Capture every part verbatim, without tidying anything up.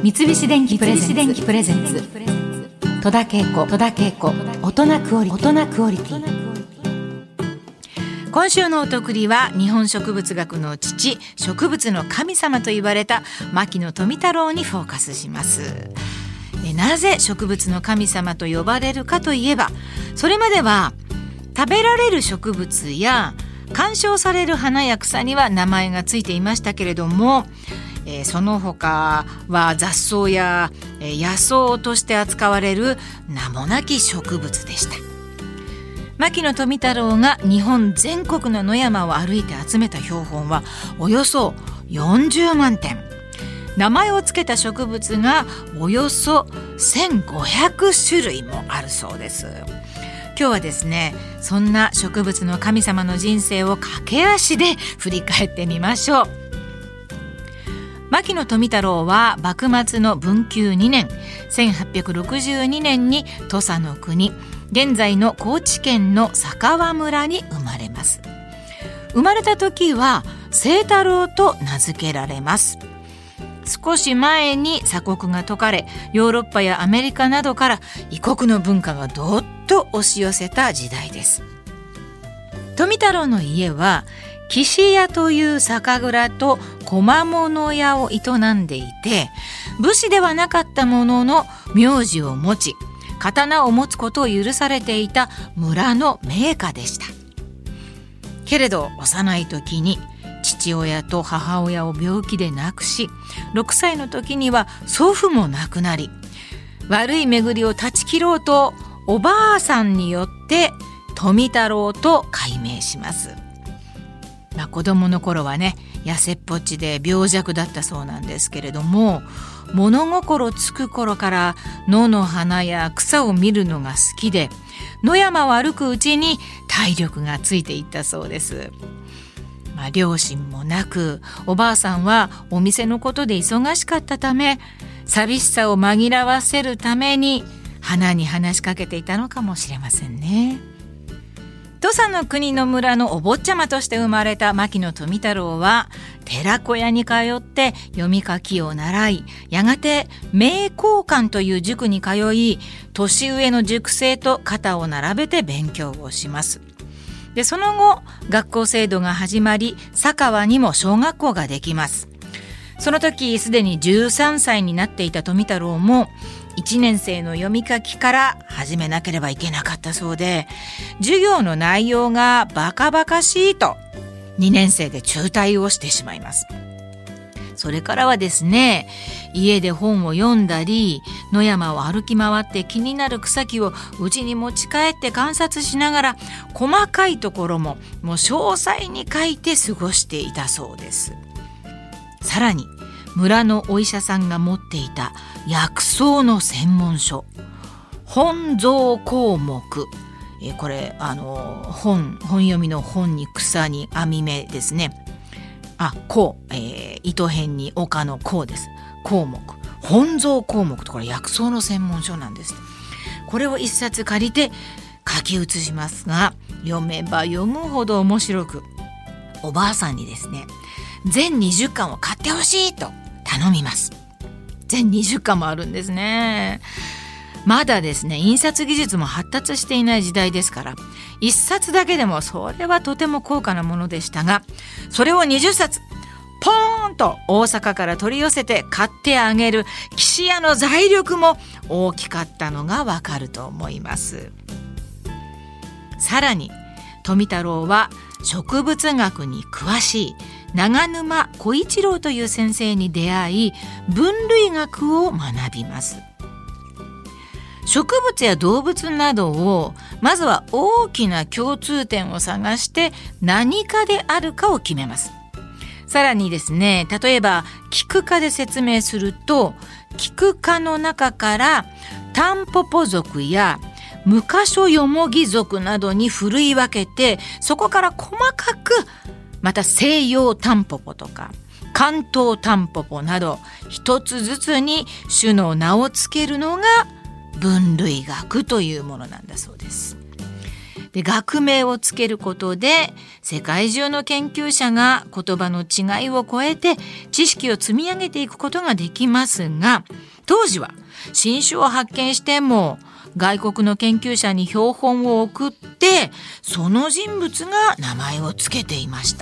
三菱電機プレゼンツ戸田恵子大人クオリティ。今週のおとくりは日本植物学の父、植物の神様と言われた牧野富太郎にフォーカスします。なぜ植物の神様と呼ばれるかといえば、それまでは食べられる植物や観賞される花や草には名前がついていましたけれども、えー、その他は雑草や、えー、野草として扱われる名もなき植物でした。牧野富太郎が日本全国の野山を歩いて集めた標本はおよそよんじゅうまんてん、名前を付けた植物がおよそせんごひゃくしゅるいもあるそうです。今日はですね、そんな植物の神様の人生を駆け足で振り返ってみましょう。牧野富太郎は幕末の文久にねんせんはっぴゃくろくじゅうにねんに土佐の国、現在の高知県の佐川村に生まれます。生まれた時は清太郎と名付けられます。少し前に鎖国が解かれ、ヨーロッパやアメリカなどから異国の文化がどっと押し寄せた時代です。富太郎の家は岸屋という酒蔵と小物屋を営んでいて、武士ではなかったものの名字を持ち、刀を持つことを許されていた村の名家でした。けれど幼い時に父親と母親を病気で亡くし、ろくさいの時には祖父も亡くなり、悪い巡りを断ち切ろうとおばあさんによって富太郎と改名します。まあ、子供の頃はね、痩せっぽっちで病弱だったそうなんですけれども、物心つく頃から野の花や草を見るのが好きで、野山を歩くうちに体力がついていったそうです。まあ、両親もなく、おばあさんはお店のことで忙しかったため、寂しさを紛らわせるために花に話しかけていたのかもしれませんね。土佐の国の村のお坊ちゃまとして生まれた牧野富太郎は寺子屋に通って読み書きを習い、やがて名教館という塾に通い、年上の塾生と肩を並べて勉強をします。で、その後学校制度が始まり、佐川にも小学校ができます。その時すでにじゅうさんさいになっていた富太郎もいちねんせいの読み書きから始めなければいけなかったそうで、授業の内容がバカバカしいとにねんせいで中退をしてしまいます。それからはですね、家で本を読んだり、野山を歩き回って気になる草木を家に持ち帰って観察しながら、細かいところももう詳細に書いて過ごしていたそうです。さらに村のお医者さんが持っていた薬草の専門書、本草項目、えこれあの本本読みの本に草に網目ですね。あ、項、えー、糸辺に岡の項です。項目、本草項目とこれ薬草の専門書なんです。これを一冊借りて書き写しますが、読めば読むほど面白く、おばあさんにですね、全にじゅっかんを買ってほしいと頼みます。全にじゅっかんもあるんですね。まだですね、印刷技術も発達していない時代ですから、一冊だけでもそれはとても高価なものでしたが、それをにじゅっさつポーンと大阪から取り寄せて買ってあげる岸屋の財力も大きかったのがわかると思います。さらに富太郎は植物学に詳しい長沼小一郎という先生に出会い、分類学を学びます。植物や動物などをまずは大きな共通点を探して何科であるかを決めます。さらにですね、例えばキク科で説明すると、キク科の中からタンポポ属やムカショヨモギ属などにふるい分けて、そこから細かくまた西洋タンポポとか関東タンポポなど一つずつに種の名をつけるのが分類学というものなんだそうです。 で、学名をつけることで世界中の研究者が言葉の違いを超えて知識を積み上げていくことができますが、当時は新種を発見しても外国の研究者に標本を送ってその人物が名前をつけていました。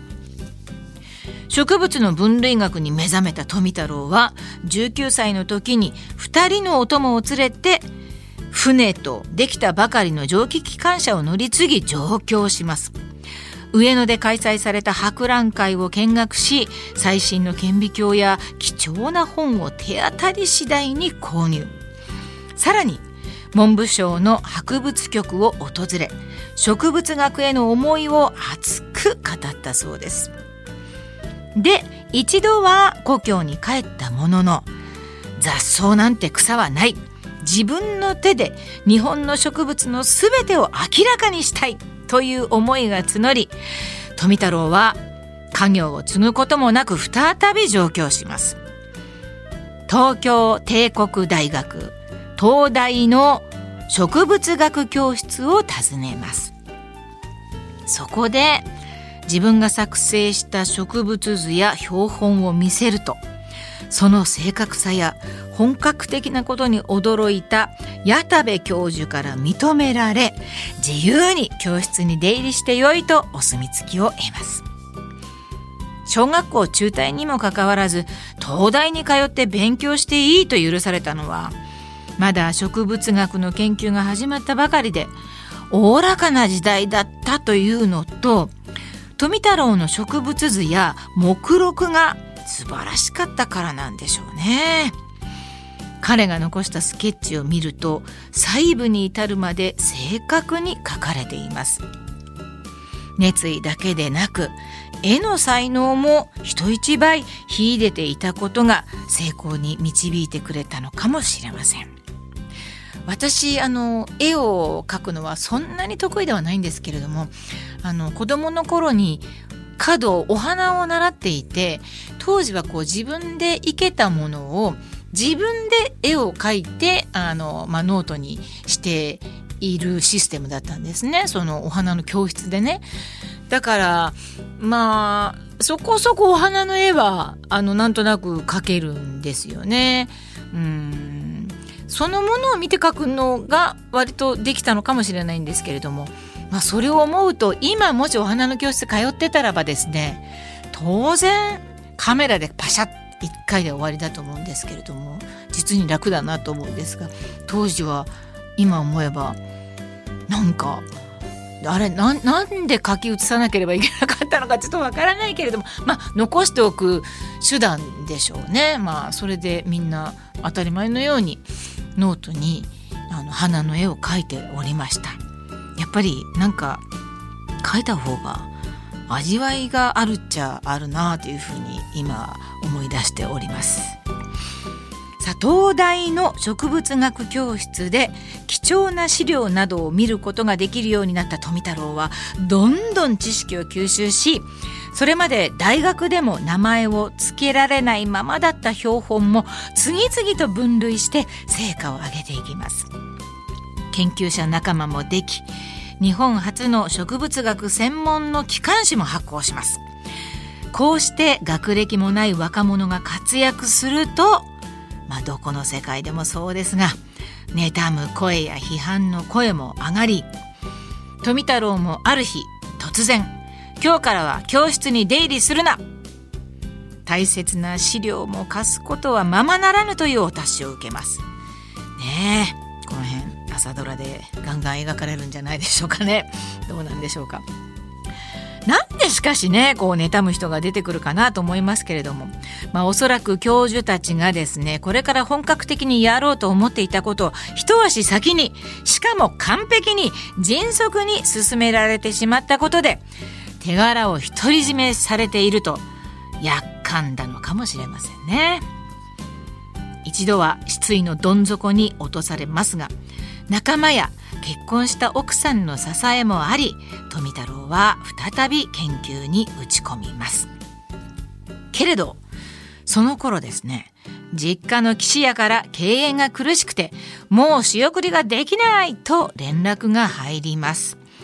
植物の分類学に目覚めた富太郎はじゅうきゅうさいの時にふたりのお供を連れて船とできたばかりの蒸気機関車を乗り継ぎ上京します。上野で開催された博覧会を見学し、最新の顕微鏡や貴重な本を手当たり次第に購入。さらに文部省の博物局を訪れ、植物学への思いを熱く語ったそうです。で、一度は故郷に帰ったものの、雑草なんて草はない、自分の手で日本の植物のすべてを明らかにしたいという思いが募り、富太郎は家業を継ぐこともなく再び上京します。東京帝国大学東大の植物学教室を訪ねます。そこで自分が作成した植物図や標本を見せると、その正確さや本格的なことに驚いた矢田部教授から認められ、自由に教室に出入りしてよいとお墨付きを得ます。小学校中退にもかかわらず東大に通って勉強していいと許されたのは、まだ植物学の研究が始まったばかりでおおらかな時代だったというのと、富太郎の植物図や目録が素晴らしかったからなんでしょうね。彼が残したスケッチを見ると細部に至るまで正確に描かれています。熱意だけでなく絵の才能も人一倍秀でていたことが成功に導いてくれたのかもしれません。私あの絵を描くのはそんなに得意ではないんですけれども、あの子供の頃に華道お花を習っていて、当時はこう自分で生けたものを自分で絵を描いてあの、まあ、ノートにしているシステムだったんですね、そのお花の教室でね。だからまあそこそこお花の絵はあのなんとなく描けるんですよね。うーんそのものを見て描くのが割とできたのかもしれないんですけれども、まあ、それを思うと今もしお花の教室通ってたらばですね、当然カメラでパシャッいっかいで終わりだと思うんですけれども、実に楽だなと思うんですが、当時は今思えばなんかあれ な, なんで書き写さなければいけなかったのかちょっとわからないけれども、まあ残しておく手段でしょうね。まあそれでみんな当たり前のようにノートにあの花の絵を描いておりました。やっぱりなんか描いた方が味わいがあるっちゃあるなというふうに今思い出しております。さあ、東大の植物学教室で貴重な資料などを見ることができるようになった富太郎はどんどん知識を吸収し、それまで大学でも名前を付けられないままだった標本も次々と分類して成果を上げていきます。研究者仲間もでき、日本初の植物学専門の機関誌も発行します。こうして学歴もない若者が活躍すると、まあ、どこの世界でもそうですが、妬む声や批判の声も上がり、富太郎もある日突然、今日からは教室に出入りするな、大切な資料も貸すことはままならぬというお達しを受けますね。えこの辺朝ドラでガンガン描かれるんじゃないでしょうかね。どうなんでしょうか。なんでしかしね、こう妬む人が出てくるかなと思いますけれども、まあおそらく教授たちがですね、これから本格的にやろうと思っていたことを一足先に、しかも完璧に迅速に進められてしまったことで、手柄を独り占めされているとやっかんだのかもしれませんね。一度は失意のどん底に落とされますが、仲間や結婚した奥さんの支えもあり、富太郎は再び研究に打ち込みます。けれどその頃ですね、実家の岸屋から経営が苦しくてもう仕送りができないと連絡が入ります。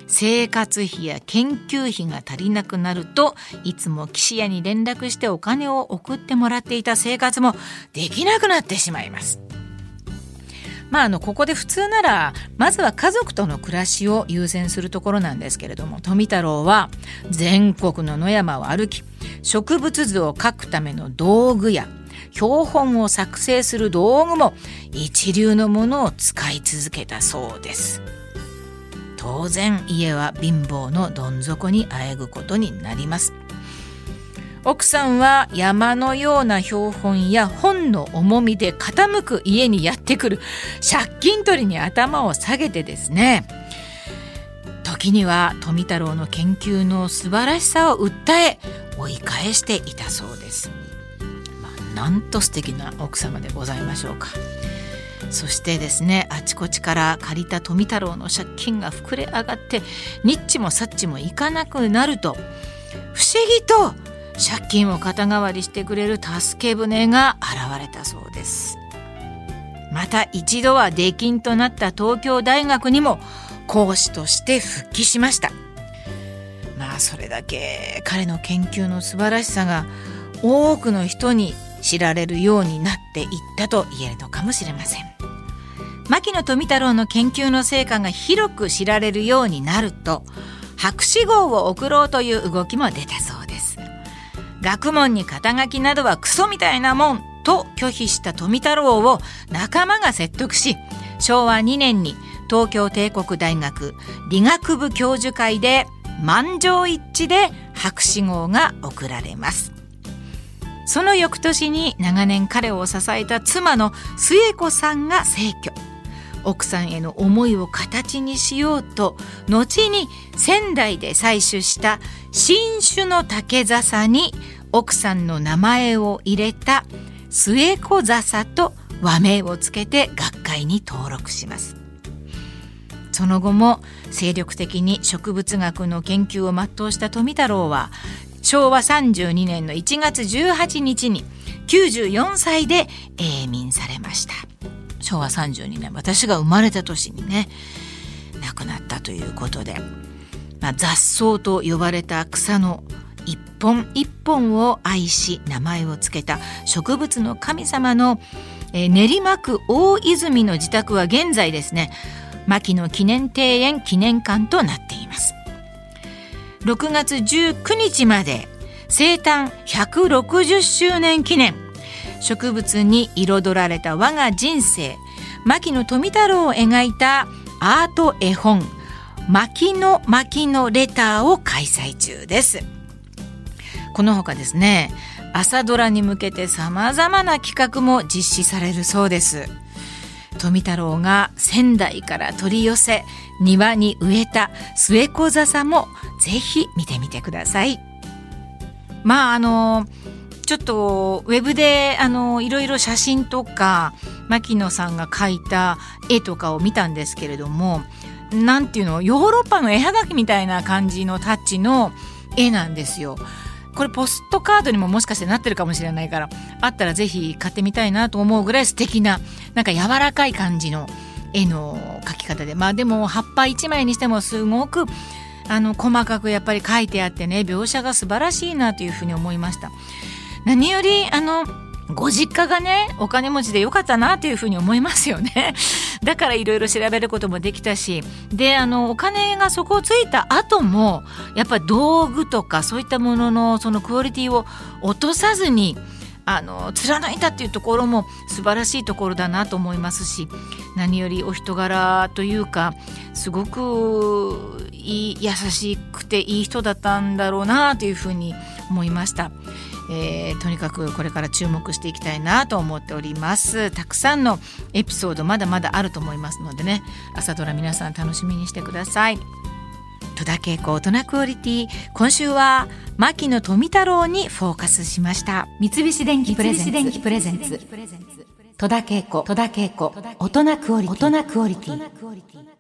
生活費や研究費が足りなくなるといつも岸谷に連絡してお金を送ってもらっていた生活もできなくなってしまいます。まあ、あのここで普通ならまずは家族との暮らしを優先するところなんですけれども、富太郎は全国の野山を歩き、植物図を描くための道具や標本を作成する道具も一流のものを使い続けたそうです。当然家は貧乏のどん底にあえぐことになります。奥さんは山のような標本や本の重みで傾く家にやってくる借金取りに頭を下げてですね、時には富太郎の研究の素晴らしさを訴え追い返していたそうです。まあ、なんと素敵な奥様でございましょうか。そしてですね、あちこちから借りた富太郎の借金が膨れ上がってニッチもサッチもいかなくなると、不思議と借金を肩代わりしてくれる助け舟が現れたそうです。また一度は出禁となった東京大学にも講師として復帰しました。まあそれだけ彼の研究の素晴らしさが多くの人に知られるようになっていったと言えるのかもしれません。牧野富太郎の研究の成果が広く知られるようになると、博士号を贈ろうという動きも出たそうです。学問に肩書きなどはクソみたいなもんと拒否した富太郎を仲間が説得し、しょうわにねんに東京帝国大学理学部教授会で満場一致で博士号が贈られます。その翌年に長年彼を支えた妻の末子さんが逝去。奥さんへの思いを形にしようと、後に仙台で採取した新種の竹笹に奥さんの名前を入れた末子笹と和名をつけて学会に登録します。その後も精力的に植物学の研究を全うした富太郎は、しょうわさんじゅうにねんのいちがつじゅうはちにちにきゅうじゅうよんさいで永眠されました。しょうわさんじゅうにねん、私が生まれた年にね亡くなったということで、まあ、雑草と呼ばれた草の一本一本を愛し名前をつけた植物の神様の、えー、練馬区大泉の自宅は現在ですね、牧野記念庭園記念館となっています。ろくがつじゅうくにちまで生誕ひゃくろくじゅっしゅうねん記念、植物に彩られた我が人生、牧野富太郎を描いたアート絵本牧野牧野レターを開催中です。このほかですね、朝ドラに向けてさまざまな企画も実施されるそうです。富太郎が仙台から取り寄せ庭に植えた末子笹もぜひ見てみてください。まああのちょっとウェブであのいろいろ写真とか牧野さんが描いた絵とかを見たんですけれども、なんていうの、ヨーロッパの絵はがきみたいな感じのタッチの絵なんですよ。これポストカードにももしかしてなってるかもしれないから、あったらぜひ買ってみたいなと思うぐらい素敵な、なんか柔らかい感じの絵の描き方で、まあでも葉っぱ一枚にしてもすごくあの細かくやっぱり描いてあってね、描写が素晴らしいなというふうに思いました。何よりあのご実家がねお金持ちでよかったなというふうに思いますよね。だからいろいろ調べることもできたし、であのお金が底をついた後もやっぱり道具とかそういったもののそのクオリティを落とさずにあの貫いたっていうところも素晴らしいところだなと思いますし、何よりお人柄というかすごくいい優しくていい人だったんだろうなというふうに思いました。えー、とにかくこれから注目していきたいなと思っております。たくさんのエピソードまだまだあると思いますのでね、朝ドラ皆さん楽しみにしてください。戸田恵子大人クオリティ、今週は牧野富太郎にフォーカスしました。三菱電機プレゼンツ戸田恵子大人クオリティ。